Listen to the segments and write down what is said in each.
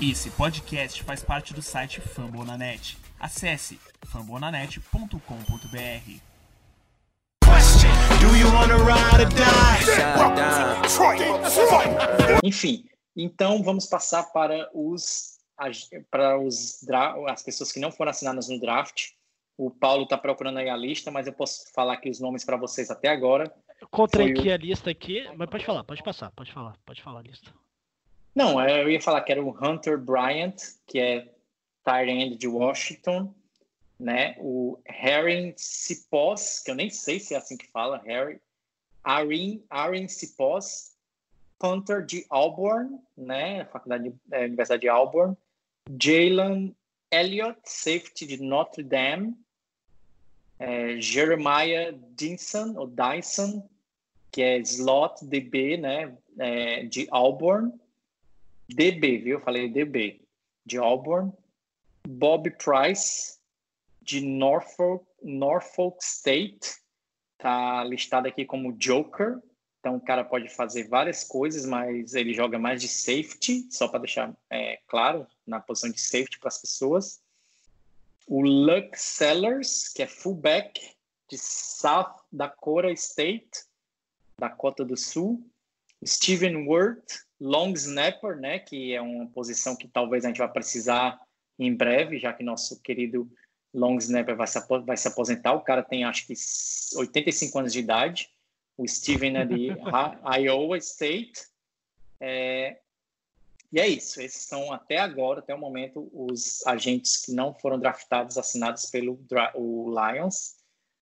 Esse podcast faz parte do site Fambonanet. Acesse fambonanet.com.br. Enfim, então vamos passar para as pessoas que não foram assinadas no draft. O Paulo está procurando aí a lista, mas eu posso falar aqui os nomes para vocês até agora. Encontrei aqui a lista aqui, mas pode falar, pode falar a lista. Não, eu ia falar que era o Hunter Bryant, que é tight end de Washington, né? O Harry Cipós, que eu nem sei se é assim que fala, Aaron Cipós, punter de Auburn, né? Universidade de Auburn. Jalen Elliott, safety de Notre Dame. Jeremiah Dyson, que é slot DB, né? De Auburn. DB, viu? Eu falei DB, de Auburn. Bob Price, de Norfolk State. Tá listado aqui como Joker. Então, o cara pode fazer várias coisas, mas ele joga mais de safety, só para deixar claro, na posição de safety para as pessoas. O Luke Sellers, que é fullback de South Dakota State, Dakota do Sul. Steven Wirth, long snapper, né, que é uma posição que talvez a gente vá precisar em breve, já que nosso querido long snapper vai se aposentar. O cara tem, acho que, 85 anos de idade. O Steven é de Iowa State. E é isso. Esses são, até agora, até o momento, os agentes que não foram draftados, assinados pelo Lions.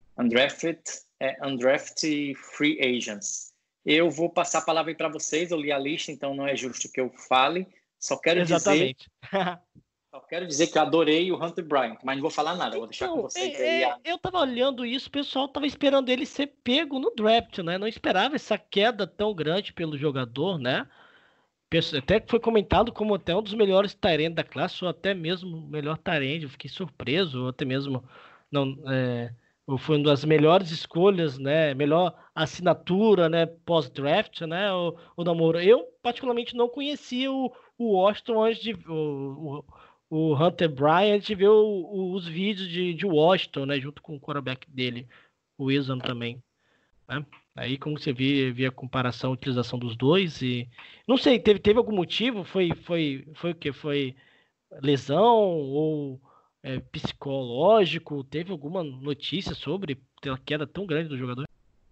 Undrafted Free Agents. Eu vou passar a palavra aí para vocês. Eu li a lista, então não é justo que eu fale. Só quero dizer que eu adorei o Hunter Bryant, mas não vou falar nada. Vou deixar com vocês aí. Eu tava olhando isso, o pessoal tava esperando ele ser pego no draft, né? Não esperava essa queda tão grande pelo jogador, né? Até foi comentado como até um dos melhores tight end da classe, ou até mesmo o melhor tight end. Eu fiquei surpreso, ou até mesmo foi uma das melhores escolhas, né? Melhor assinatura, né? Pós-draft, né? O namoro. Eu particularmente não conhecia o Washington antes de o Hunter Bryant, de ver os vídeos de Washington, né? Junto com o quarterback dele, o Wilson também, né? Aí como você vê a comparação, a utilização dos dois e não sei, teve algum motivo? Foi o quê? Foi lesão ou psicológico? Teve alguma notícia sobre a queda tão grande do jogador?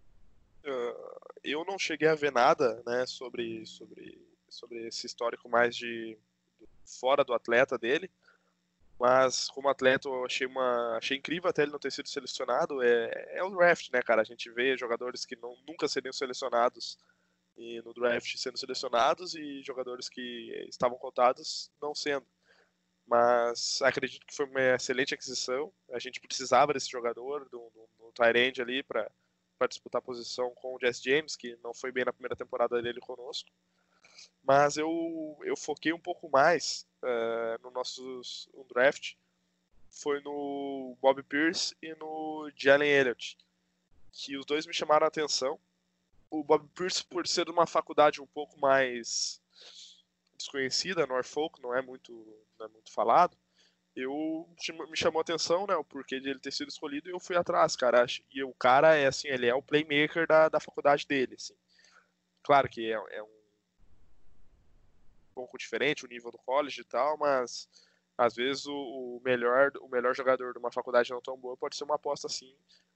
Eu não cheguei a ver nada, né, sobre esse histórico mais de fora do atleta dele, mas como atleta eu achei incrível até ele não ter sido selecionado. É o draft, né, cara? A gente vê jogadores que nunca seriam selecionados e no draft sendo selecionados e jogadores que estavam cotados não sendo. Mas acredito que foi uma excelente aquisição. A gente precisava desse jogador, do tight end ali, para disputar a posição com o Jesse James, que não foi bem na primeira temporada dele conosco. Mas eu foquei um pouco mais no nosso draft. Foi no Bob Pierce e no Jalen Elliott, que os dois me chamaram a atenção. O Bob Pierce, por ser de uma faculdade um pouco mais desconhecida, Norfolk, não é muito falado, me chamou a atenção, né, o porquê de ele ter sido escolhido, e eu fui atrás, cara. E o cara ele é o playmaker da faculdade dele, assim. Claro que é um pouco diferente o nível do college e tal, mas às vezes o melhor jogador de uma faculdade não tão boa pode ser uma aposta assim,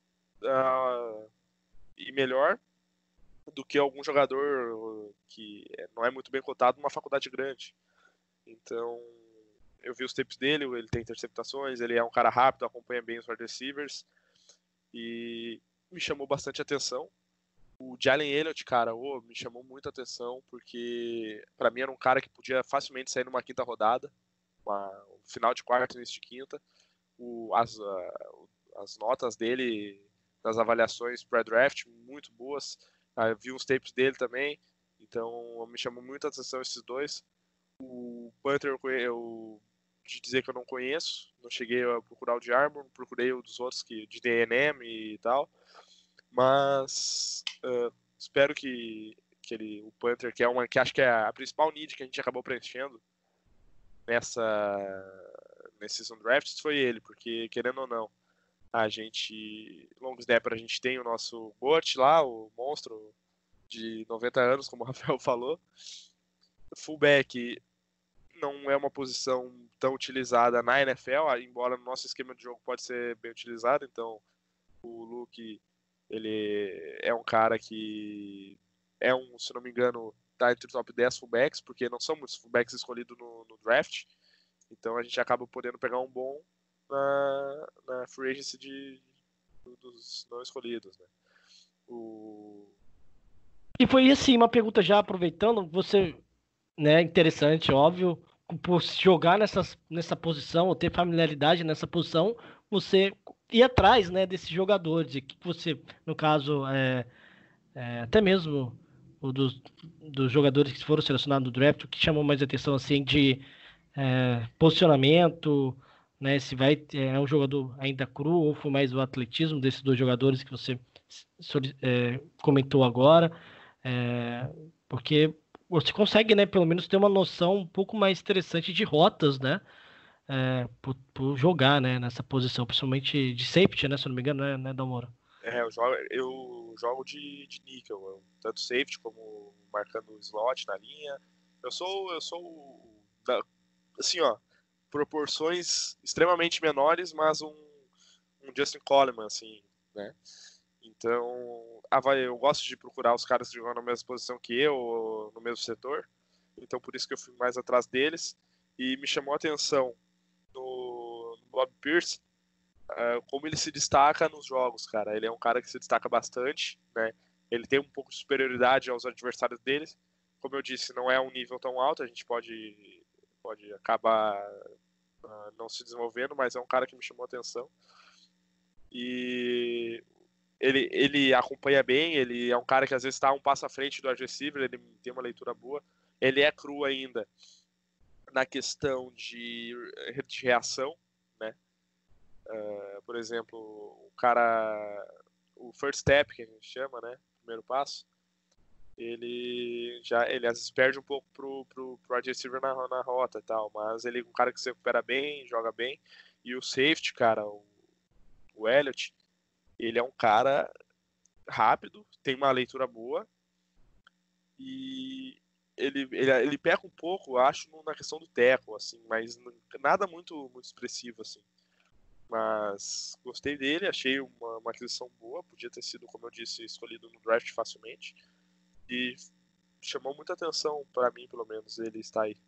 e melhor do que algum jogador que não é muito bem cotado numa faculdade grande. Então eu vi os tapes dele, ele tem interceptações, ele é um cara rápido, acompanha bem os wide receivers e me chamou bastante atenção. O Jalen Elliott, cara, me chamou muita atenção, porque pra mim era um cara que podia facilmente sair numa quinta rodada, final de quarta, início de quinta. As notas dele nas avaliações pré-draft, muito boas. Vi uns tapes dele também, então me chamou muita atenção esses dois. O Panther, eu de dizer que eu não conheço, não cheguei a procurar o de Arbor, procurei o dos outros de D&M e tal. Mas espero que o Panther, que acho que é a principal need que a gente acabou preenchendo, nesses undrafts foi ele, porque, querendo ou não, a gente, long snapper, a gente tem o nosso Bot lá, o monstro de 90 anos, como o Rafael falou. Fullback não é uma posição tão utilizada na NFL, embora no nosso esquema de jogo pode ser bem utilizado. Então o Luke, ele é um cara que se não me engano, tá entre os top 10 fullbacks, porque não são muitos fullbacks escolhidos no draft. Então a gente acaba podendo pegar um bom na free agency dos não escolhidos, né? E foi assim, uma pergunta já aproveitando, você, né, interessante, óbvio, por jogar nessa posição, ou ter familiaridade nessa posição, você ir atrás, né, desses jogadores, e que você, no caso, até mesmo dos jogadores que foram selecionados no draft, o que chamou mais atenção, assim, de posicionamento, né, se é um jogador ainda cru, ou foi mais o atletismo desses dois jogadores que você comentou agora, porque você consegue, né, pelo menos ter uma noção um pouco mais interessante de rotas, né, por jogar, né, nessa posição, principalmente de safety, né, se eu não me engano, né Dalmoro? Eu jogo de níquel, tanto safety como marcando o slot na linha. Eu sou assim, ó, proporções extremamente menores, mas um Justin Coleman, assim, né? Então, eu gosto de procurar os caras que jogam na mesma posição que eu, no mesmo setor. Então, por isso que eu fui mais atrás deles. E me chamou a atenção no Bob Pierce, como ele se destaca nos jogos, cara. Ele é um cara que se destaca bastante, né? Ele tem um pouco de superioridade aos adversários dele. Como eu disse, não é um nível tão alto, a gente pode acabar não se desenvolvendo, mas é um cara que me chamou a atenção. E ele acompanha bem, ele é um cara que às vezes está um passo à frente do wide receiver, ele tem uma leitura boa. Ele é cru ainda na questão de reação, né? Por exemplo, o first step, que a gente chama, né? Primeiro passo, ele às vezes perde um pouco pro wide receiver na rota e tal, mas ele é um cara que se recupera bem, joga bem. E o safety, cara, o Elliott, ele é um cara rápido, tem uma leitura boa e ele peca um pouco, acho, na questão do tackle, assim, mas nada muito, muito expressivo, assim. Mas gostei dele, achei uma aquisição boa, podia ter sido, como eu disse, escolhido no draft facilmente. E chamou muita atenção para mim, pelo menos, ele está aí.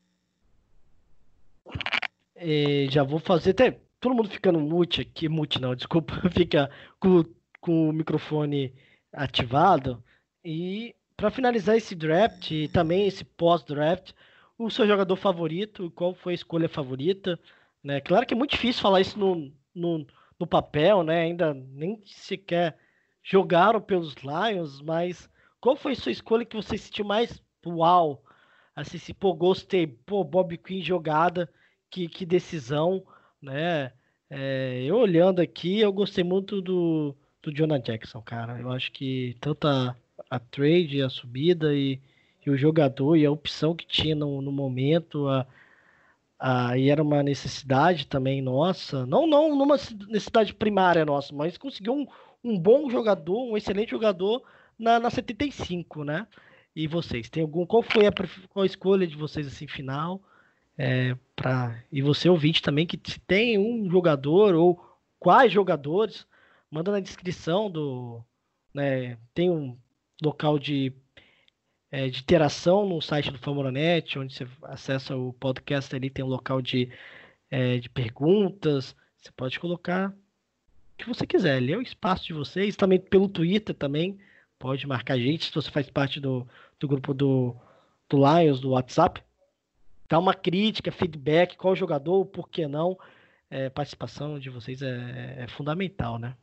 Já vou fazer até todo mundo ficando mute não, desculpa, fica com o microfone ativado. E para finalizar esse draft e também esse pós-draft, o seu jogador favorito, qual foi a escolha favorita? Né? Claro que é muito difícil falar isso no papel, né? Ainda nem sequer jogaram pelos Lions, mas qual foi a sua escolha que você sentiu mais uau? Assim, gostei, Bob Quinn jogada, que decisão, né? Eu olhando aqui, eu gostei muito do Jonah Jackson, cara. Eu acho que tanto a trade, a subida e o jogador e a opção que tinha no momento, e era uma necessidade também nossa, não numa necessidade primária nossa, mas conseguiu um bom jogador, um excelente jogador na 75, né? E vocês, qual foi qual a escolha de vocês assim final? E você ouvinte também, que se tem um jogador ou quais jogadores, manda na descrição né, tem um local de interação no site do Fambonanet, onde você acessa o podcast ali, tem um local de perguntas, você pode colocar o que você quiser, ali é o espaço de vocês, também pelo Twitter também, pode marcar a gente, se você faz parte do grupo do Lions, do WhatsApp, dá uma crítica, feedback, qual jogador, por que não, participação de vocês é fundamental, né?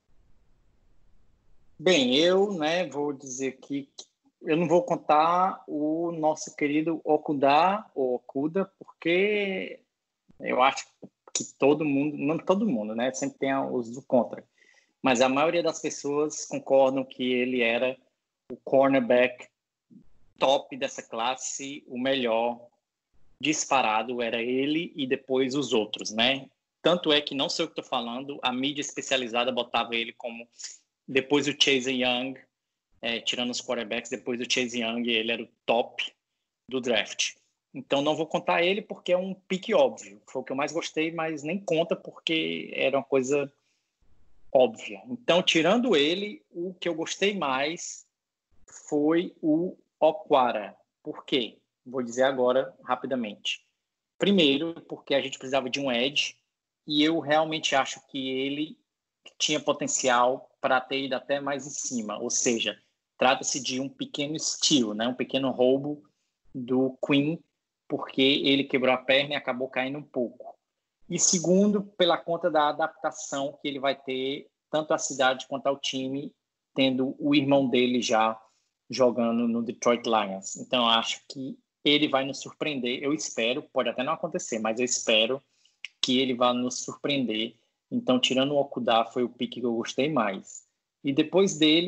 Bem, eu, né, vou dizer que eu não vou contar o nosso querido Okudah, ou Okuda, porque eu acho que todo mundo, não todo mundo, né, sempre tem os do contra, mas a maioria das pessoas concordam que ele era o cornerback top dessa classe, o melhor disparado era ele e depois os outros, né? Tanto é que não sei o que estou falando, a mídia especializada botava ele como depois o Chase Young, tirando os quarterbacks, depois do Chase Young, ele era o top do draft. Então não vou contar ele porque é um pique óbvio. Foi o que eu mais gostei, mas nem conta porque era uma coisa óbvia. Então, tirando ele, o que eu gostei mais foi o Okwara. Por quê? Vou dizer agora rapidamente. Primeiro, porque a gente precisava de um edge e eu realmente acho que ele tinha potencial para ter ido até mais em cima. Ou seja, trata-se de um pequeno steal, né? Um pequeno roubo do Quinn, porque ele quebrou a perna e acabou caindo um pouco. E segundo, pela conta da adaptação que ele vai ter, tanto à cidade quanto ao time, tendo o irmão dele já jogando no Detroit Lions. Então, acho que ele vai nos surpreender. Eu espero, pode até não acontecer, mas eu espero que ele vá nos surpreender. Então, tirando o Okudah, foi o pique que eu gostei mais. E depois dele,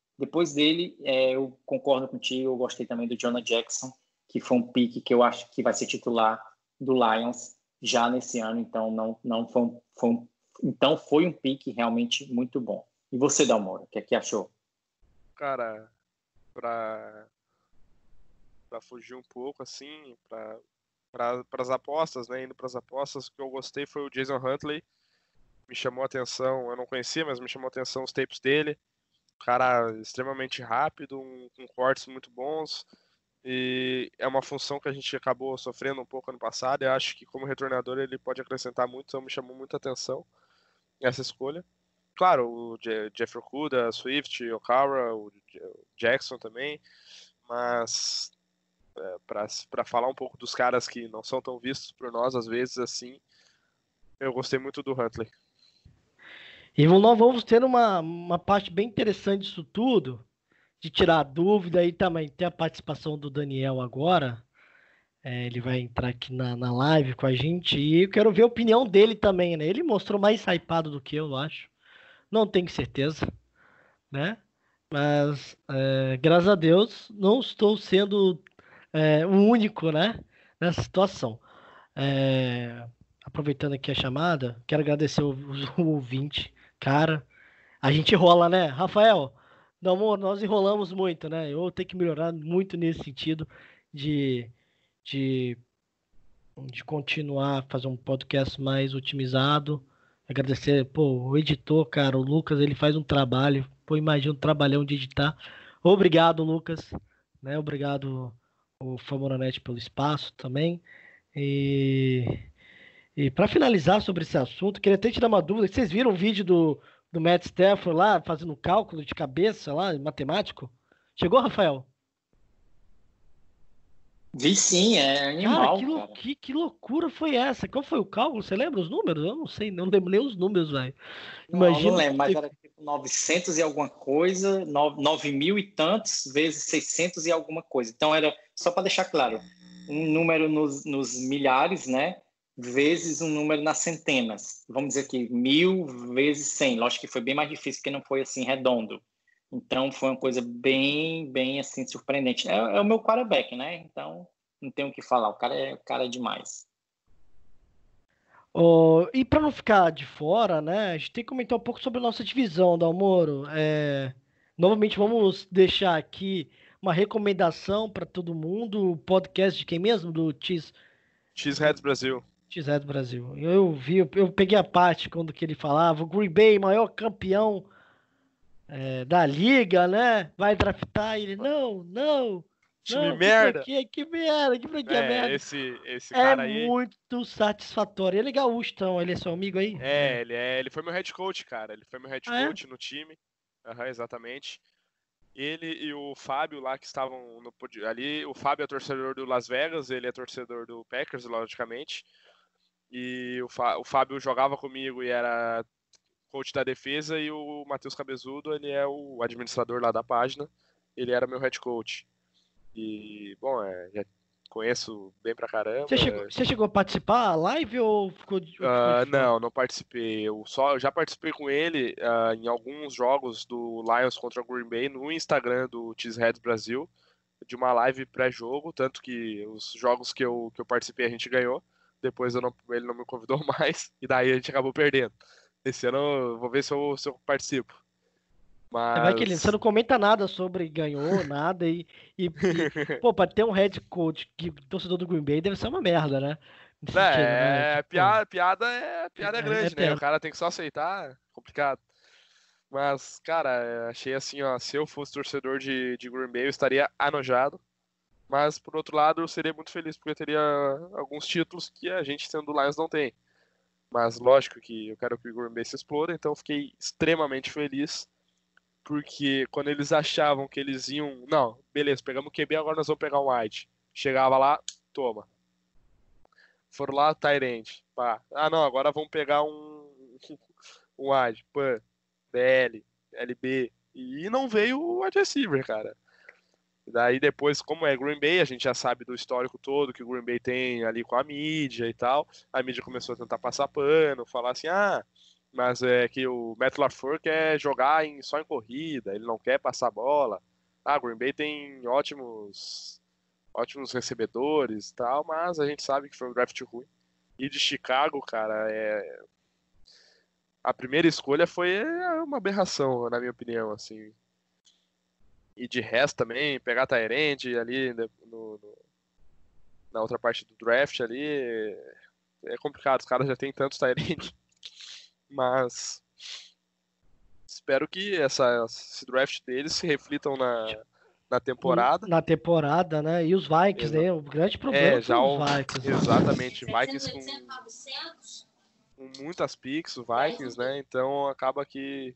eu concordo contigo, eu gostei também do Jonah Jackson, que foi um pique que eu acho que vai ser titular do Lions já nesse ano. Então, então foi um pique realmente muito bom. E você, Dalmoro, o que é que achou? Cara, pra fugir um pouco, assim, para as apostas, né? Indo para as apostas, o que eu gostei foi o Jason Huntley. Me chamou a atenção, eu não conhecia, mas me chamou a atenção os tapes dele. Cara extremamente rápido, com cortes muito bons. E é uma função que a gente acabou sofrendo um pouco ano passado. Eu acho que como retornador ele pode acrescentar muito, então me chamou muita atenção essa escolha. Claro, o Jeff Okudah, Swift, Okara, o Jackson também, mas para falar um pouco dos caras que não são tão vistos por nós, às vezes, assim, eu gostei muito do Huntley. E nós vamos ter uma parte bem interessante disso tudo, de tirar a dúvida, e também ter a participação do Daniel agora. Ele vai entrar aqui na live com a gente e eu quero ver a opinião dele também, né? Ele mostrou mais hypado do que eu acho. Não tenho certeza, né? Mas, graças a Deus, não estou sendo o único, né? Nessa situação. Aproveitando aqui a chamada, quero agradecer o ouvinte. Cara, a gente enrola, né? Rafael, não, amor, nós enrolamos muito, né? Eu tenho que melhorar muito nesse sentido de, de, de continuar a fazer um podcast mais otimizado. Agradecer, pô, o editor, cara, o Lucas, ele faz um trabalho. Pô, imagina um trabalhão de editar. Obrigado, Lucas, né? Obrigado, o Famoranet, pelo espaço também. E para finalizar sobre esse assunto, queria até te dar uma dúvida. Vocês viram o vídeo do Matt Stafford lá, fazendo cálculo de cabeça lá, matemático? Chegou, Rafael? Vi sim, é animal, cara. Que loucura foi essa? Qual foi o cálculo? Você lembra os números? Eu não sei, não lembro nem os números, velho. Não lembro, mas era tipo 900 e alguma coisa, 9 mil e tantos vezes 600 e alguma coisa. Então era, só para deixar claro, um número nos milhares, né? Vezes um número nas centenas. Vamos dizer que 1000 vezes 100. Lógico que foi bem mais difícil, porque não foi assim redondo. Então foi uma coisa bem assim surpreendente. É o meu quarterback, né? Então não tenho o que falar. O cara é demais. E para não ficar de fora, né? A gente tem que comentar um pouco sobre a nossa divisão, Dalmoro. Novamente vamos deixar aqui uma recomendação para todo mundo. O podcast de quem mesmo? Do Cheeseheads Brasil. Cheeseheads Brasil. Eu peguei a parte quando que ele falava, o Green Bay, maior campeão da liga, né? Vai draftar. E ele, não. Time merda. Que merda. Esse cara aí. É muito satisfatório. Ele é gaúcho, então. Ele é seu amigo aí? Ele foi meu head coach, cara. Ele foi meu head coach no time. Exatamente. Ele e o Fábio lá que estavam ali. O Fábio é torcedor do Las Vegas, ele é torcedor do Packers, logicamente. E o Fábio jogava comigo e era coach da defesa, e o Matheus Cabezudo, ele é o administrador lá da página. Ele era meu head coach. E, bom, já conheço bem pra caramba. Você chegou a participar da live ou ficou não participei. Eu já participei com ele em alguns jogos do Lions contra o Green Bay no Instagram do Cheeseheads Brasil. de uma live pré-jogo, tanto que os jogos que eu participei a gente ganhou. Depois ele não me convidou mais, e daí a gente acabou perdendo. Esse ano eu vou ver se eu participo. Vai que você Mas. não comenta nada sobre ganhou, nada, pô, pra ter um head coach que torcedor do Green Bay deve ser uma merda, né? Nesse sentido, né? Tipo, Piada é grande, né? O piada. cara tem que só aceitar, complicado. Mas, cara, achei assim, ó, se eu fosse torcedor de Green Bay, eu estaria anojado. Mas, por outro lado, eu seria muito feliz, porque eu teria alguns títulos que a gente, sendo Lions, não tem. Mas, lógico que eu quero que o Green Bay se exploda, então eu fiquei extremamente feliz, porque quando eles achavam que eles iam... Não, beleza, pegamos o QB, agora nós vamos pegar um wide. Chegava lá, toma. Foram lá, tight end. Pá. Ah, não, agora vamos pegar um wide. Pã, DL, LB. E não veio o wide receiver, cara. Daí depois, como é Green Bay, a gente já sabe do histórico todo que o Green Bay tem ali com a mídia e tal. A mídia começou a tentar passar pano, falar assim, mas é que o Matt LaFleur quer jogar só em corrida, ele não quer passar bola. Green Bay tem ótimos recebedores e tal, mas a gente sabe que foi um draft ruim. E de Chicago, cara, a primeira escolha foi uma aberração, na minha opinião, assim. E de resto também, pegar Tyrande ali na outra parte do draft ali, é complicado, os caras já tem tantos Tyrande. Mas espero que esse draft deles se reflitam na temporada. Na temporada, né? E os Vikings, né? O grande problema são os Vikings. Exatamente, Vikings com muitas picks, o Vikings, né? Então acaba que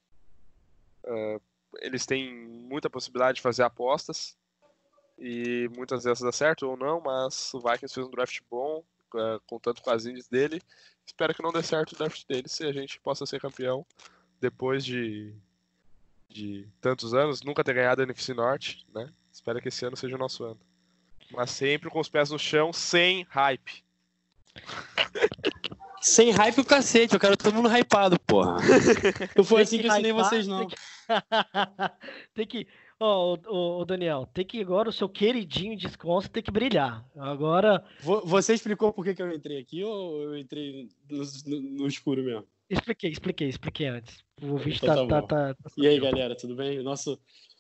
eles têm muita possibilidade de fazer apostas e muitas dessas dá certo ou não, mas o Vikings fez um draft bom, contando com as indies dele. Espero que não dê certo o draft dele, se a gente possa ser campeão depois de tantos anos, nunca ter ganhado a NFC Norte, né? Espero que esse ano seja o nosso ano. Mas sempre com os pés no chão, sem hype. Sem hype o cacete, eu quero todo mundo hypado, porra. Eu fui assim que eu ensinei vocês, não. Tem que... Ô, Daniel, tem que agora o seu queridinho de Wisconsin tem que brilhar. Agora... Você explicou por que eu entrei aqui ou eu entrei no escuro mesmo? Expliquei antes. O vídeo então, tá. E aí, galera, tudo bem? Nosso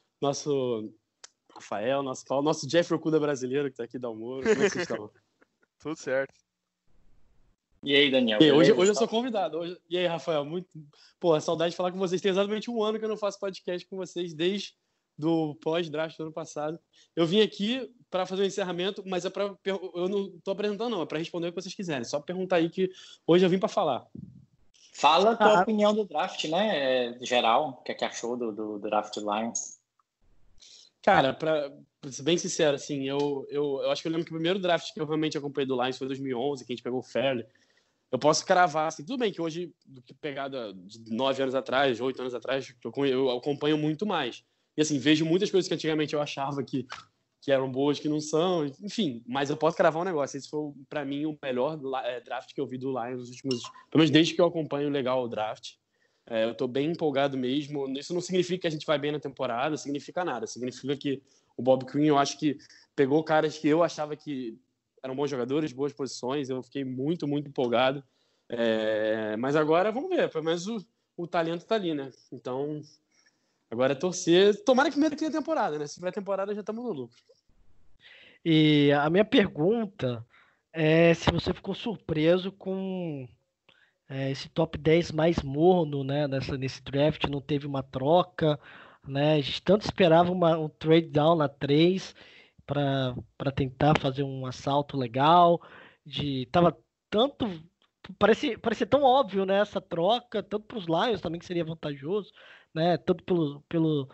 Rafael, nosso Paulo, nosso Jeffrey Okuda brasileiro que tá aqui da Almoro. Como é que vocês estão? Tudo certo. E aí, Daniel? E aí, hoje eu sou convidado. E aí, Rafael? Pô, saudade de falar com vocês. Tem exatamente um ano que eu não faço podcast com vocês, desde do pós-draft do ano passado. Eu vim aqui para fazer o encerramento, mas eu não tô apresentando, não. É para responder o que vocês quiserem. Só perguntar aí que hoje eu vim para falar. Fala a tua opinião do draft, né? Geral, o que é que achou do draft do Lions? Cara, pra ser bem sincero, assim, eu acho que eu lembro que o primeiro draft que eu realmente acompanhei do Lions foi 2011, que a gente pegou o Fairley. Eu posso cravar, assim, tudo bem que hoje, do que pegada de 9 anos atrás, 8 anos atrás, eu acompanho muito mais. E, assim, vejo muitas coisas que antigamente eu achava que eram boas, que não são, enfim. Mas eu posso cravar um negócio. Esse foi, pra mim, o melhor draft que eu vi do Lions nos últimos... Pelo menos desde que eu acompanho legal o draft. Eu tô bem empolgado mesmo. Isso não significa que a gente vai bem na temporada, significa nada. Significa que o Bob Quinn, eu acho que pegou caras que eu achava que eram bons jogadores, boas posições. Eu fiquei muito, muito empolgado. Mas agora, vamos ver. Pelo menos o talento tá ali, né? Então, agora é torcer. Tomara que primeiro tenha temporada, né? Se tiver temporada, já estamos no lucro. E a minha pergunta é se você ficou surpreso com esse top 10 mais morno, né? Nesse draft, não teve uma troca, né? A gente tanto esperava um trade down na 3 para tentar fazer um assalto legal. Tava tanto. Parecia tão óbvio, né, essa troca, tanto para os Lions também que seria vantajoso, né? Tanto pelo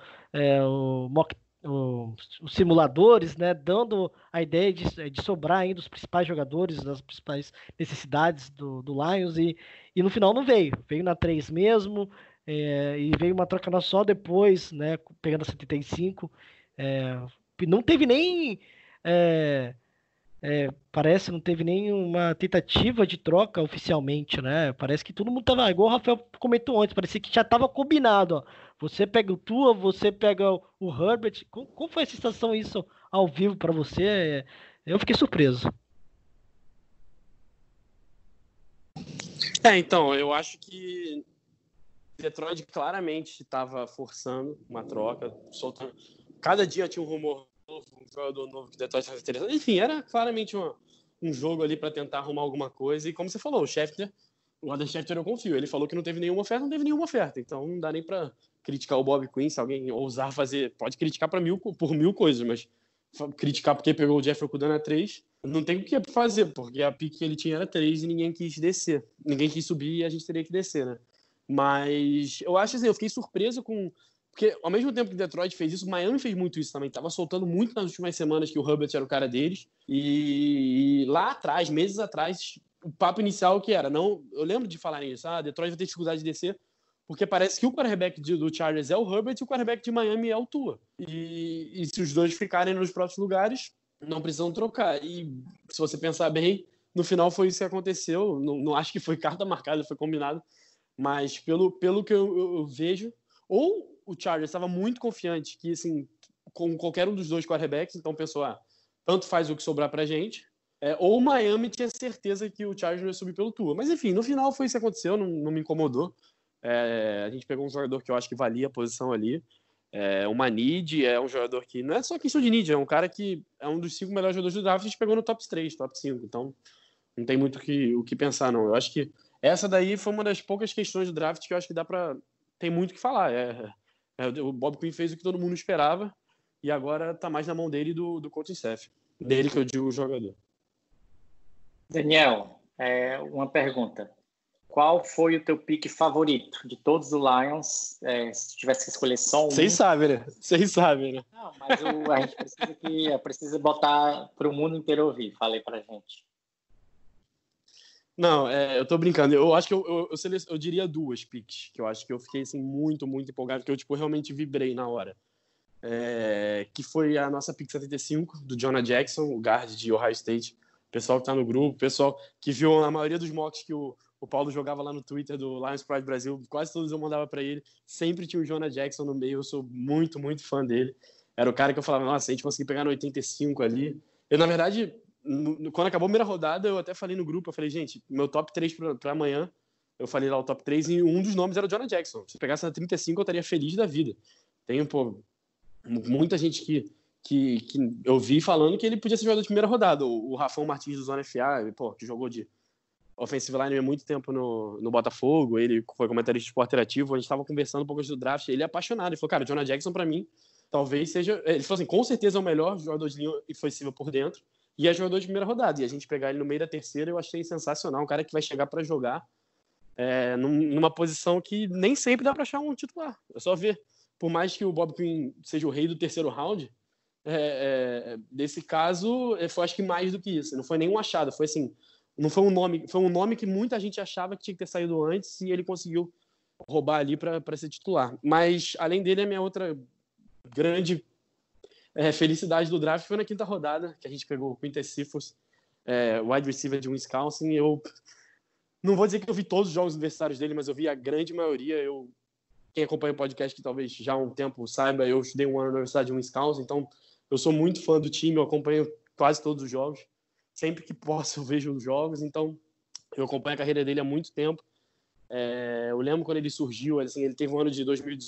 os simuladores, né, dando a ideia de sobrar ainda os principais jogadores, das principais necessidades do Lions, e no final não veio na 3 mesmo, e veio uma troca só depois, né, pegando a 75, não teve nem parece não teve nenhuma tentativa de troca oficialmente, né? Parece que todo mundo tava, igual o Rafael comentou antes, parecia que já tava combinado, ó. Você pega o Tua, você pega o Herbert. Como foi a sensação isso ao vivo para você. Eu fiquei surpreso. Então, eu acho que Detroit claramente estava forçando uma troca, soltando. Cada dia tinha um rumor novo, um jogador novo que o Detroit estava interessado. Enfim, era claramente um jogo ali para tentar arrumar alguma coisa. E como você falou, o Adam Schefter eu confio. Ele falou que não teve nenhuma oferta, não teve nenhuma oferta. Então não dá nem para criticar o Bob Quinn. Se alguém ousar fazer, pode criticar por mil coisas, mas criticar porque pegou o Jeff Okudah na 3, não tem o que fazer, porque a pique que ele tinha era 3 e ninguém quis descer. Ninguém quis subir e a gente teria que descer, né? Mas eu acho assim, eu fiquei surpreso com... Porque ao mesmo tempo que Detroit fez isso, Miami fez muito isso também. Tava soltando muito nas últimas semanas que o Herbert era o cara deles. E lá atrás, meses atrás, o papo inicial que era, não, eu lembro de falar nisso, Detroit vai ter dificuldade de descer, porque parece que o quarterback do Chargers é o Herbert e o quarterback de Miami é o Tua. E se os dois ficarem nos próprios lugares, não precisam trocar. E se você pensar bem, no final foi isso que aconteceu. Não acho que foi carta marcada, foi combinado. Mas pelo que eu vejo, ou o Chargers estava muito confiante que, assim, com qualquer um dos dois quarterbacks, então pensou, tanto faz o que sobrar pra gente, ou o Miami tinha certeza que o Chargers não ia subir pelo Tua. Mas enfim, no final foi isso que aconteceu, não me incomodou. A gente pegou um jogador que eu acho que valia a posição ali. O Manid é um jogador que não é só questão de need, é um cara que é um dos 5 melhores jogadores do draft, a gente pegou no top 3, top 5, então não tem muito o que pensar, não. Eu acho que essa daí foi uma das poucas questões do draft que eu acho que tem muito o que falar. O Bob Quinn fez o que todo mundo esperava e agora tá mais na mão dele e do coaching staff. Dele que eu digo o jogador. Daniel, uma pergunta. Qual foi o teu pick favorito de todos os Lions? Se tivesse que escolher só um... Vocês sabem, né? Não, mas a gente precisa botar para o mundo inteiro ouvir. Falei pra gente. Não, eu tô brincando. Eu acho que eu diria 2 picks, que eu acho que eu fiquei assim, muito, muito empolgado, que eu realmente vibrei na hora. Que foi a nossa pick 75, do Jonah Jackson, o guard de Ohio State. O pessoal que tá no grupo, o pessoal que viu a maioria dos mocks que o Paulo jogava lá no Twitter do Lions Pride Brasil, quase todos eu mandava para ele. Sempre tinha o Jonah Jackson no meio, eu sou muito, muito fã dele. Era o cara que eu falava, nossa, a gente conseguiu pegar no 85 ali. Eu, na verdade... Quando acabou a primeira rodada, eu até falei no grupo, eu falei, gente, meu top 3 para amanhã, eu falei lá o top 3 e um dos nomes era o Jonah Jackson. Se pegasse na 35, eu estaria feliz da vida. Tem, muita gente que eu vi falando que ele podia ser jogador de primeira rodada. O Rafão Martins do Zona FA, que jogou de offensive line há muito tempo no Botafogo, ele foi comentarista de esporte interativo, a gente estava conversando um pouco do draft, ele é apaixonado, ele falou, cara, o Jonah Jackson para mim, talvez seja, ele falou assim, com certeza é o melhor jogador de linha ofensiva por dentro, e é jogador de primeira rodada. E a gente pegar ele no meio da terceira, eu achei sensacional. Um cara que vai chegar para jogar numa posição que nem sempre dá para achar um titular. É só ver. Por mais que o Bob Quinn seja o rei do terceiro round, desse caso, foi acho que mais do que isso. Não foi nenhum achado. Foi assim, não foi um nome que muita gente achava que tinha que ter saído antes e ele conseguiu roubar ali para ser titular. Mas, além dele, a minha outra grande felicidade do draft foi na 5ª rodada, que a gente pegou o Quintez Cephus, wide receiver de Wisconsin. Eu não vou dizer que eu vi todos os jogos universitários dele, mas eu vi a grande maioria. Quem acompanha o podcast que talvez já há um tempo saiba, eu estudei um ano na Universidade de Wisconsin, então eu sou muito fã do time, eu acompanho quase todos os jogos. Sempre que posso eu vejo os jogos, então eu acompanho a carreira dele há muito tempo. Eu lembro quando ele surgiu, assim, ele teve um ano de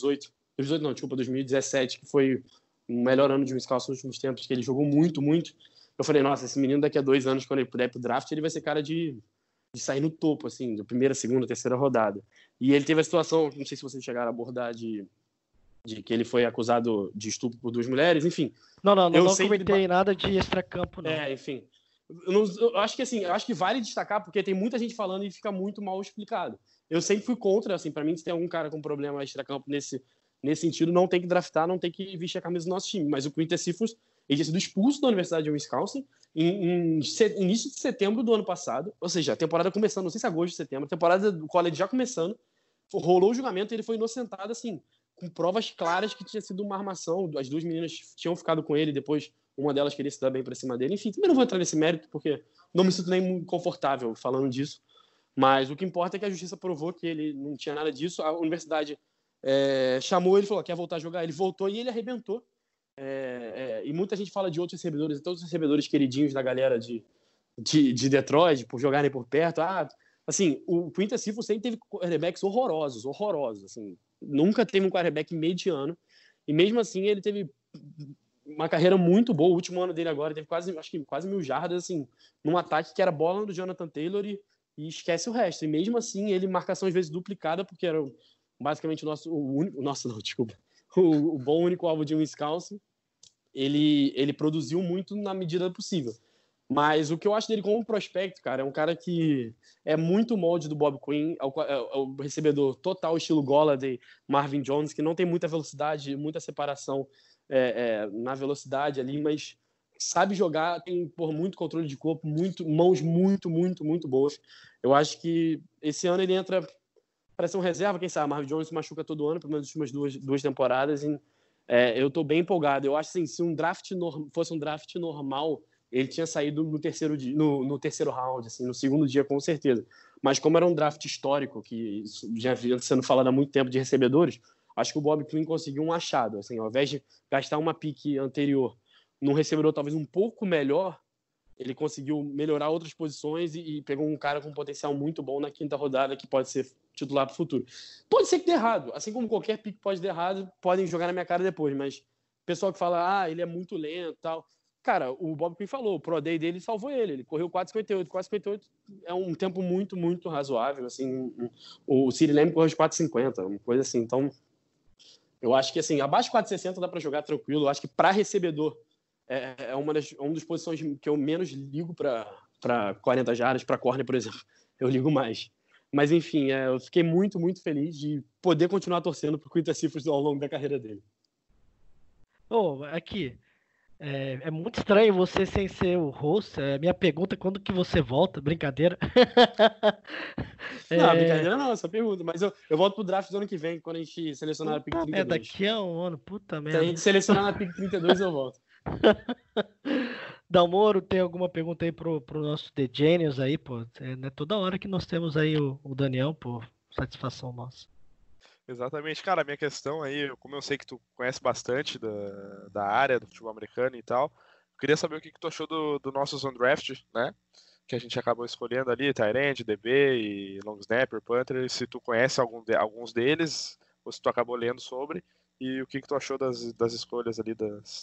2017, que foi o melhor ano de Wisconsin nos últimos tempos, que ele jogou muito, muito. Eu falei, nossa, esse menino daqui a 2 anos, quando ele puder ir pro draft, ele vai ser cara de sair no topo, assim, da primeira, segunda, terceira rodada. E ele teve a situação, não sei se vocês chegaram a abordar, de que ele foi acusado de estupro por 2 mulheres, enfim. Não comentei nada de extracampo, não. Enfim. Eu acho que, assim, vale destacar, porque tem muita gente falando e fica muito mal explicado. Eu sempre fui contra, assim, pra mim, se tem algum cara com problema extracampo nesse sentido, não tem que draftar, não tem que vestir a camisa do nosso time. Mas o Quintez Cephus, ele tinha sido expulso da Universidade de Wisconsin em início de setembro do ano passado, ou seja, a temporada começando, não sei se agosto ou setembro, a temporada do college já começando, rolou o julgamento e ele foi inocentado, assim, com provas claras que tinha sido uma armação. As 2 meninas tinham ficado com ele, depois uma delas queria se dar bem pra cima dele. Enfim, também não vou entrar nesse mérito, porque não me sinto nem muito confortável falando disso. Mas o que importa é que a justiça provou que ele não tinha nada disso. A universidade chamou ele e falou, quer voltar a jogar? Ele voltou e ele arrebentou. E muita gente fala de outros recebedores, todos os recebedores queridinhos da galera de Detroit, por jogarem por perto. Assim, o Quintus Cephus sempre teve quarterbacks horrorosos, assim, nunca teve um quarterback mediano, e mesmo assim ele teve uma carreira muito boa. O último ano dele agora teve quase 1.000 jardas, assim, num ataque que era bola do Jonathan Taylor e esquece o resto. E mesmo assim, ele marcação às vezes duplicada, porque era basicamente o bom único alvo de Wisconsin. Ele produziu muito na medida possível. Mas o que eu acho dele como prospecto, cara, é um cara que é muito molde do Bob Quinn, é o recebedor total estilo Golladay, Marvin Jones, que não tem muita velocidade, muita separação na velocidade ali, mas sabe jogar, tem muito controle de corpo, mãos muito boas. Eu acho que esse ano ele entra para ser um reserva, quem sabe, Marvin Jones se machuca todo ano, pelo menos nas últimas duas temporadas, e eu tô bem empolgado. Eu acho assim, se um draft fosse um draft normal, ele tinha saído no terceiro round, assim, no segundo dia, com certeza. Mas como era um draft histórico, que já vinha sendo falado há muito tempo de recebedores, acho que o Bob Quinn conseguiu um achado. Assim, ao invés de gastar uma pique anterior num recebedor talvez um pouco melhor, ele conseguiu melhorar outras posições e pegou um cara com um potencial muito bom na quinta rodada, que pode ser titular para o futuro. Pode ser que dê errado. Assim como qualquer pique pode dar errado, podem jogar na minha cara depois. Mas o pessoal que fala, ele é muito lento e tal... Cara, o Bob Quinn falou, o Pro Day dele salvou ele. Ele correu 4,58. 4,58 é um tempo muito razoável. Assim, o CeeDee Lamb correu de 4,50, uma coisa assim. Então, eu acho que assim, abaixo de 4,60 dá para jogar tranquilo. Eu acho que para recebedor é uma das posições que eu menos ligo para 40 jardas, para corner, por exemplo. Eu ligo mais. Mas, enfim, eu fiquei muito feliz de poder continuar torcendo pro Quintus Cephus ao longo da carreira dele. Aqui... É muito estranho você sem ser o host. Minha pergunta é quando que você volta? Brincadeira. Não, brincadeira não, essa pergunta. Mas eu volto pro draft do ano que vem, quando a gente selecionar a pick 32. Daqui a um ano, puta merda. Se a gente selecionar na pick 32, eu volto. Dalmoro, tem alguma pergunta aí pro nosso The Genius aí, pô? Não é toda hora que nós temos aí o Daniel, pô. Satisfação nossa. Exatamente, cara, a minha questão aí, como eu sei que tu conhece bastante da área do futebol americano e tal, eu queria saber o que tu achou do nosso Undraft, né, que a gente acabou escolhendo ali, tight end, DB e long snapper, punter, se tu conhece alguns deles, ou se tu acabou lendo sobre, e o que tu achou das escolhas ali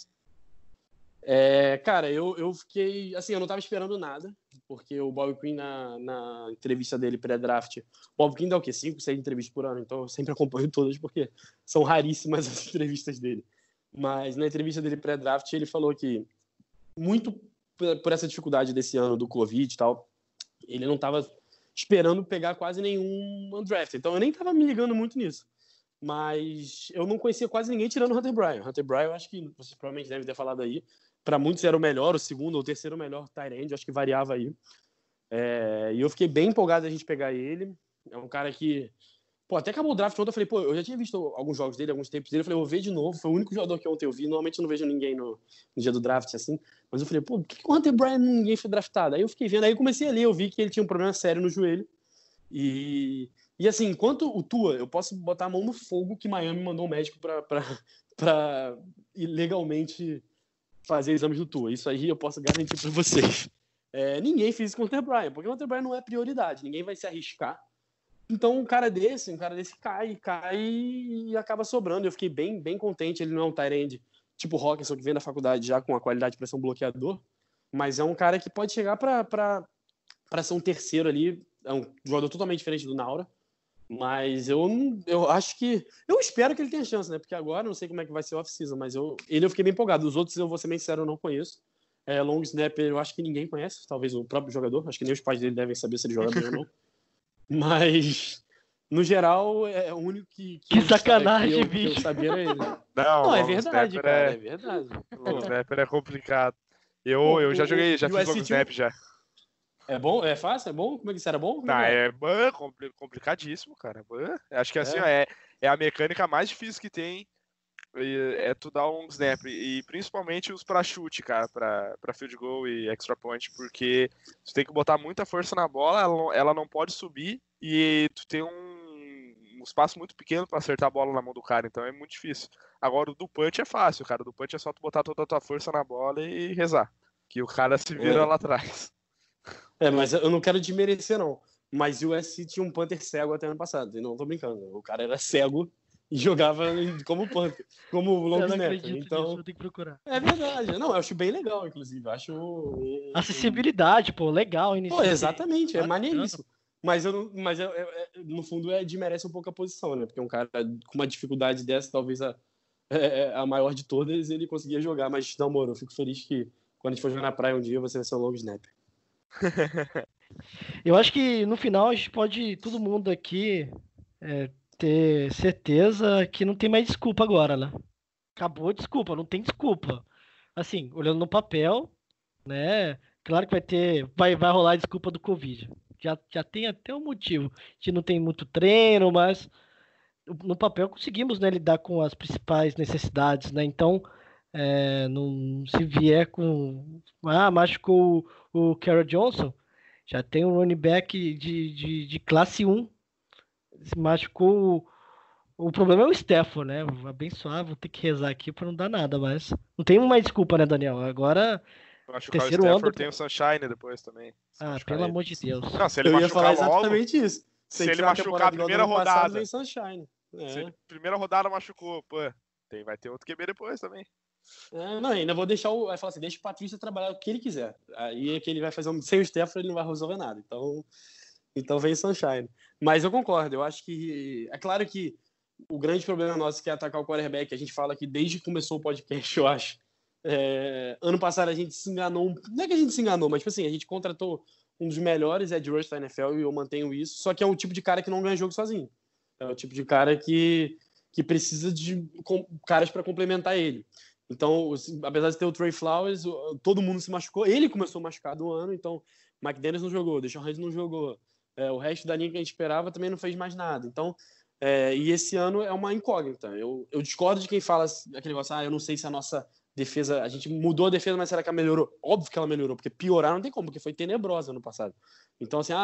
Cara, eu fiquei... Assim, eu não tava esperando nada, porque o Bob Quinn, na entrevista dele pré-draft... O Bob Quinn dá o quê? 5, 6 entrevistas por ano, então eu sempre acompanho todas, porque são raríssimas as entrevistas dele. Mas na entrevista dele pré-draft, ele falou que, muito por essa dificuldade desse ano do Covid e tal, ele não tava esperando pegar quase nenhum undraft, então eu nem tava me ligando muito nisso. Mas eu não conhecia quase ninguém tirando o Hunter Bryant. Hunter Bryant, eu acho que vocês provavelmente devem ter falado aí, para muitos era o melhor, o segundo ou terceiro melhor tight end, acho que variava aí. E eu fiquei bem empolgado a gente pegar ele. É um cara que... Pô, até acabou o draft ontem, eu falei, pô, eu já tinha visto alguns jogos dele, alguns tapes dele, eu falei, eu vou ver de novo, foi o único jogador que ontem eu vi, normalmente eu não vejo ninguém no dia do draft, assim, mas eu falei, pô, por que o Hunter Bryant ninguém foi draftado? Aí eu fiquei vendo, aí eu comecei a ler, eu vi que ele tinha um problema sério no joelho, e assim, enquanto o Tua, eu posso botar a mão no fogo que Miami mandou um médico pra ilegalmente fazer exames do Tua. Isso aí eu posso garantir para vocês. Ninguém fez isso com o Hunter Bryant, porque o Hunter Bryant não é prioridade, ninguém vai se arriscar. Então um cara desse cai e acaba sobrando. Eu fiquei bem contente. Ele não é um tight end tipo Hockenson, que vem da faculdade já com a qualidade para ser um bloqueador, mas é um cara que pode chegar para ser um terceiro ali. É um jogador totalmente diferente do Naura. Mas eu acho que... Eu espero que ele tenha chance, né? Porque agora eu não sei como é que vai ser o off-season, mas eu fiquei bem empolgado. Os outros, eu vou ser bem sincero, eu não conheço. Long snapper, eu acho que ninguém conhece. Talvez o próprio jogador. Acho que nem os pais dele devem saber se ele joga bem ou não. Mas, no geral, é o único que sacanagem, que eu sabia era ele. Não, é verdade, cara. É verdade. Long snapper é complicado. Eu já joguei, já fiz long snap já. É bom? É fácil? É bom? Como é que isso era bom? É complicadíssimo, cara. Acho que assim, é a mecânica mais difícil que tem. É tu dar um long snap. E principalmente os pra chute, cara, pra field goal e extra point, porque tu tem que botar muita força na bola, ela não pode subir e tu tem um espaço muito pequeno pra acertar a bola na mão do cara, então é muito difícil. Agora o do punch é fácil, cara. O do punch é só tu botar toda a tua força na bola e rezar. Que o cara se vira lá atrás. Mas eu não quero desmerecer, não. Mas o USC tinha um punter cego até ano passado. E não tô brincando. O cara era cego e jogava como punter, como long snapper. Então, nisso, eu tenho que procurar. é verdade. Não, eu acho bem legal, inclusive. Eu acho... Acessibilidade, pô, legal. Pô, exatamente. É Bacana. maneiríssimo. Mas, no fundo, desmerece um pouco a posição, né? Porque um cara com uma dificuldade dessa, talvez a maior de todas, ele conseguia jogar. Mas, não, mano, eu fico feliz que quando a gente for jogar na praia um dia, você vai ser um long snapper. Eu acho que no final a gente pode, todo mundo aqui, ter certeza que não tem mais desculpa agora, né? Acabou a desculpa, não tem desculpa. Assim, olhando no papel, né? Claro que vai rolar a desculpa do Covid. Já tem até um motivo. A gente não tem muito treino, mas no papel conseguimos, né, lidar com as principais necessidades, né? Então, não se vier com... machucou o Carol Johnson, já tem um running back de classe 1. Se machucou... O problema é o Stafford, né? Vou abençoar, vou ter que rezar aqui pra não dar nada, mas... Não tem mais desculpa, né, Daniel? Agora... Eu acho que o terceiro Stafford ano... tem o Sunshine depois também. pelo amor de Deus. Não, se ele Eu ia falar machucar logo... exatamente isso. Se ele machucar a primeira rodada... Vem Sunshine. Se ele, primeira rodada machucou, pô... Vai ter outro QB depois também. Não, ainda vou deixar vai falar assim, deixa o Patrícia trabalhar o que ele quiser. Aí é que ele vai fazer sem o Stafford, ele não vai resolver nada. Então vem Sunshine. Mas eu concordo, eu acho que... É claro que o grande problema nosso que é atacar o quarterback. A gente fala que desde que começou o podcast, eu acho. Ano passado a gente se enganou. Não é que a gente se enganou, mas tipo assim, a gente contratou um dos melhores edge rush da NFL e eu mantenho isso. Só que é um tipo de cara que não ganha jogo sozinho. É o tipo de cara que precisa de caras para complementar ele. Então, apesar de ter o Trey Flowers, todo mundo se machucou. Ele começou machucado no ano, então Mike Dennis não jogou, Deshaun Hand não jogou. O resto da linha que a gente esperava também não fez mais nada. Então, e esse ano é uma incógnita. Eu discordo de quem fala aquele negócio, eu não sei se a nossa defesa... A gente mudou a defesa, mas será que ela melhorou? Óbvio que ela melhorou, porque piorar não tem como, porque foi tenebrosa no passado. Então, assim,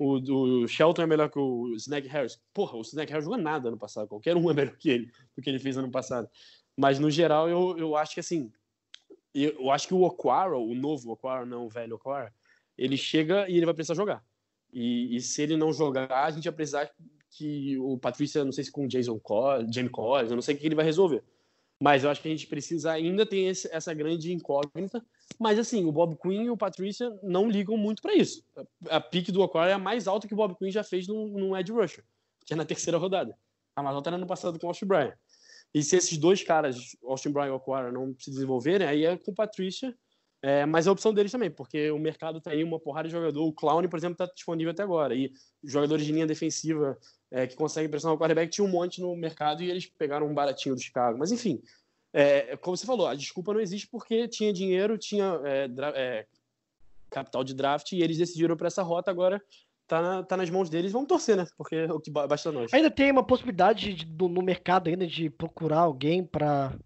o Shelton é melhor que o Snag Harris. Porra, o Snag Harris jogou nada ano passado. Qualquer um é melhor que ele, do que ele fez ano passado. Mas, no geral, eu acho que, assim... Eu acho que o Okwara, o novo Okwara, não o velho Okwara, ele chega e ele vai precisar jogar. E se ele não jogar, a gente vai precisar que o Patrícia, não sei se com o Jamie Collins, eu não sei o que ele vai resolver. Mas eu acho que a gente precisa ainda ter essa grande incógnita. Mas, assim, o Bob Quinn e o Patrícia não ligam muito para isso. A pick do Okwara é a mais alta que o Bob Quinn já fez num edge rusher, que é na terceira rodada. A mais alta era no passado com o Austin Bryant. E se esses dois caras, Austin Bryant e Okwara, não se desenvolverem, aí é com o Patrícia. Mas é a opção deles também, porque o mercado tá aí, uma porrada de jogador. O Clown, por exemplo, tá disponível até agora. E jogadores de linha defensiva que conseguem pressionar o quarterback, tinha um monte no mercado e eles pegaram um baratinho do Chicago. Mas, enfim, como você falou, a desculpa não existe porque tinha dinheiro, tinha capital de draft e eles decidiram para essa rota. Agora tá nas mãos deles. Vamos torcer, né? Porque é o que basta nós. Ainda tem uma possibilidade no mercado ainda de procurar alguém para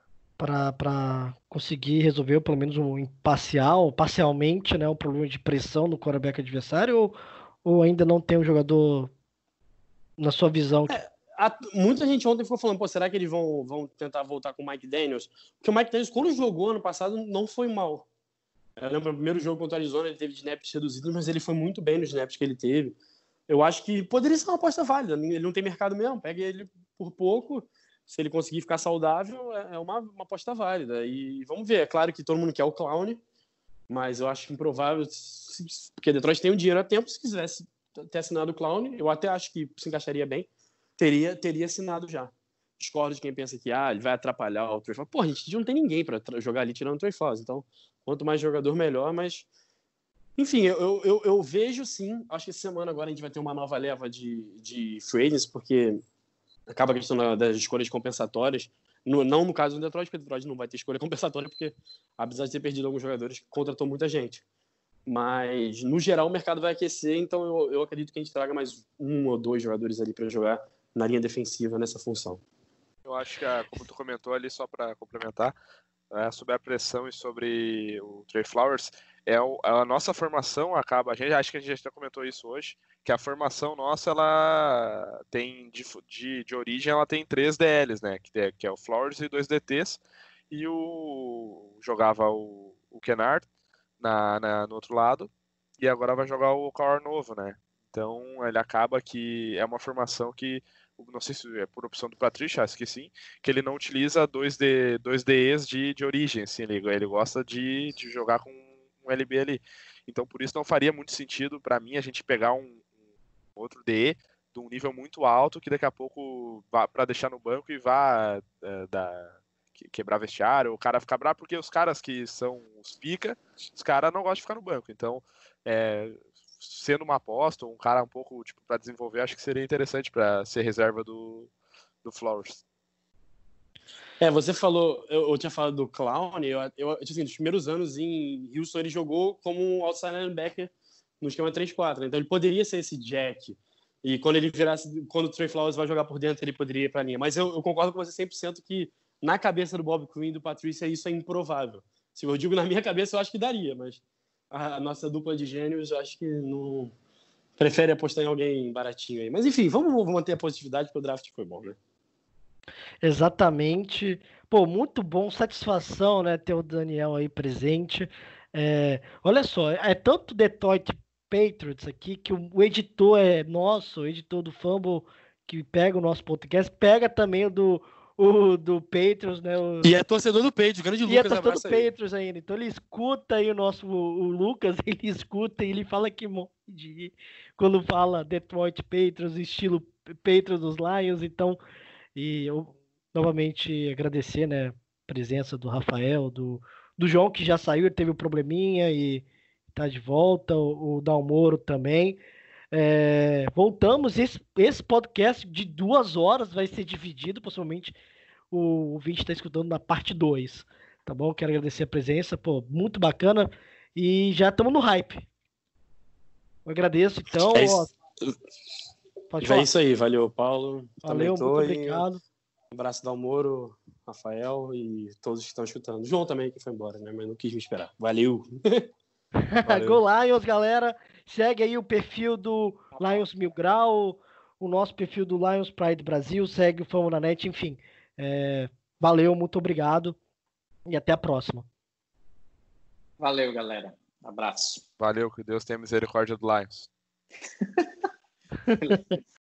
conseguir resolver pelo menos parcialmente, né, um problema de pressão no quarterback adversário, ou ainda não tem um jogador na sua visão? Muita gente ontem ficou falando, será que eles vão tentar voltar com o Mike Daniels? Porque o Mike Daniels, quando jogou ano passado, não foi mal. Eu lembro, no primeiro jogo contra o Arizona, ele teve snaps reduzidos, mas ele foi muito bem nos snaps que ele teve. Eu acho que poderia ser uma aposta válida. Ele não tem mercado mesmo, pega ele por pouco. Se ele conseguir ficar saudável, é uma aposta válida. E vamos ver. É claro que todo mundo quer o Clown, mas eu acho improvável, porque Detroit tem um dinheiro a tempo. Se quisesse ter assinado o Clown, eu até acho que se encaixaria bem. Teria assinado já. Discordo de quem pensa que ele vai atrapalhar o Trey Flowers. Pô, a gente não tem ninguém para jogar ali tirando o Trey Flowers. Então, quanto mais jogador, melhor. Mas, enfim, eu vejo sim. Acho que essa semana agora a gente vai ter uma nova leva de free agents, porque acaba a questão das escolhas compensatórias. Não no caso do Detroit, porque o Detroit não vai ter escolha compensatória, porque apesar de ter perdido alguns jogadores, contratou muita gente. Mas, no geral, o mercado vai aquecer, então eu acredito que a gente traga mais 1 ou 2 jogadores ali para jogar na linha defensiva nessa função. Eu acho que, como tu comentou ali, só para complementar, sobre a pressão e sobre o Trey Flowers, a nossa formação acaba, acho que a gente já comentou isso hoje, que a formação nossa, ela tem, de origem, ela tem 3 DLs, né, que é o Flowers e 2 DTs, e jogava o Kennard no outro lado, e agora vai jogar o Kawhi novo, né, então ele acaba que é uma formação que, não sei se é por opção do Patrícia, acho que sim, que ele não utiliza 2 DEs de origem, assim, ele gosta de jogar com um LB ali. Então, por isso não faria muito sentido para mim a gente pegar um outro DE de um nível muito alto que daqui a pouco vá para deixar no banco e vá quebrar vestiário, o cara ficar bravo, porque os caras que são os pica, os caras não gostam de ficar no banco. Então, sendo uma aposta, um cara um pouco tipo para desenvolver, acho que seria interessante para ser reserva do Flowers. Você falou, eu tinha falado do Clown, assim, nos primeiros anos em Houston ele jogou como um outside linebacker no esquema 3-4, né? Então ele poderia ser esse jack, e quando o Trey Flowers vai jogar por dentro, ele poderia ir para a linha. Mas eu concordo com você 100% que na cabeça do Bob Quinn e do Patrícia isso é improvável. Se eu digo na minha cabeça, eu acho que daria, mas a nossa dupla de gênios, eu acho que não prefere apostar em alguém baratinho aí. Mas enfim, vamos manter a positividade, porque o draft foi bom, né? Exatamente. Pô, muito bom, satisfação, né, ter o Daniel aí presente. Olha só, é tanto Detroit Patriots aqui que o editor é nosso, o editor do Fumble que pega o nosso podcast, pega também o do Patriots, né? E é torcedor do Patriots, grande E é Lucas, torcedor do abraço aí. Patriots ainda. Então ele escuta aí o Lucas, ele escuta e ele fala que morre de rir quando fala Detroit Patriots, estilo Patriots dos Lions. Então, e eu novamente agradecer, né, a presença do Rafael, do João, que já saiu, ele teve um probleminha e tá de volta, o Dalmoro também. Voltamos, esse podcast de 2 horas vai ser dividido, possivelmente o ouvinte está escutando na parte 2, tá bom? Quero agradecer a presença, pô, muito bacana, e já estamos no hype. Eu agradeço, então. Pode falar. É isso aí, valeu, Paulo. Valeu, muito obrigado. Um abraço, Dalmoro, Rafael e todos que estão escutando. João também, que foi embora, né? Mas não quis me esperar. Valeu! Go Lions, galera. Segue aí o perfil do Lions Mil Grau, o nosso perfil do Lions Pride Brasil, segue o Famo na Net, enfim. Valeu, muito obrigado e até a próxima. Valeu, galera. Abraço. Valeu, que Deus tenha misericórdia do Lions.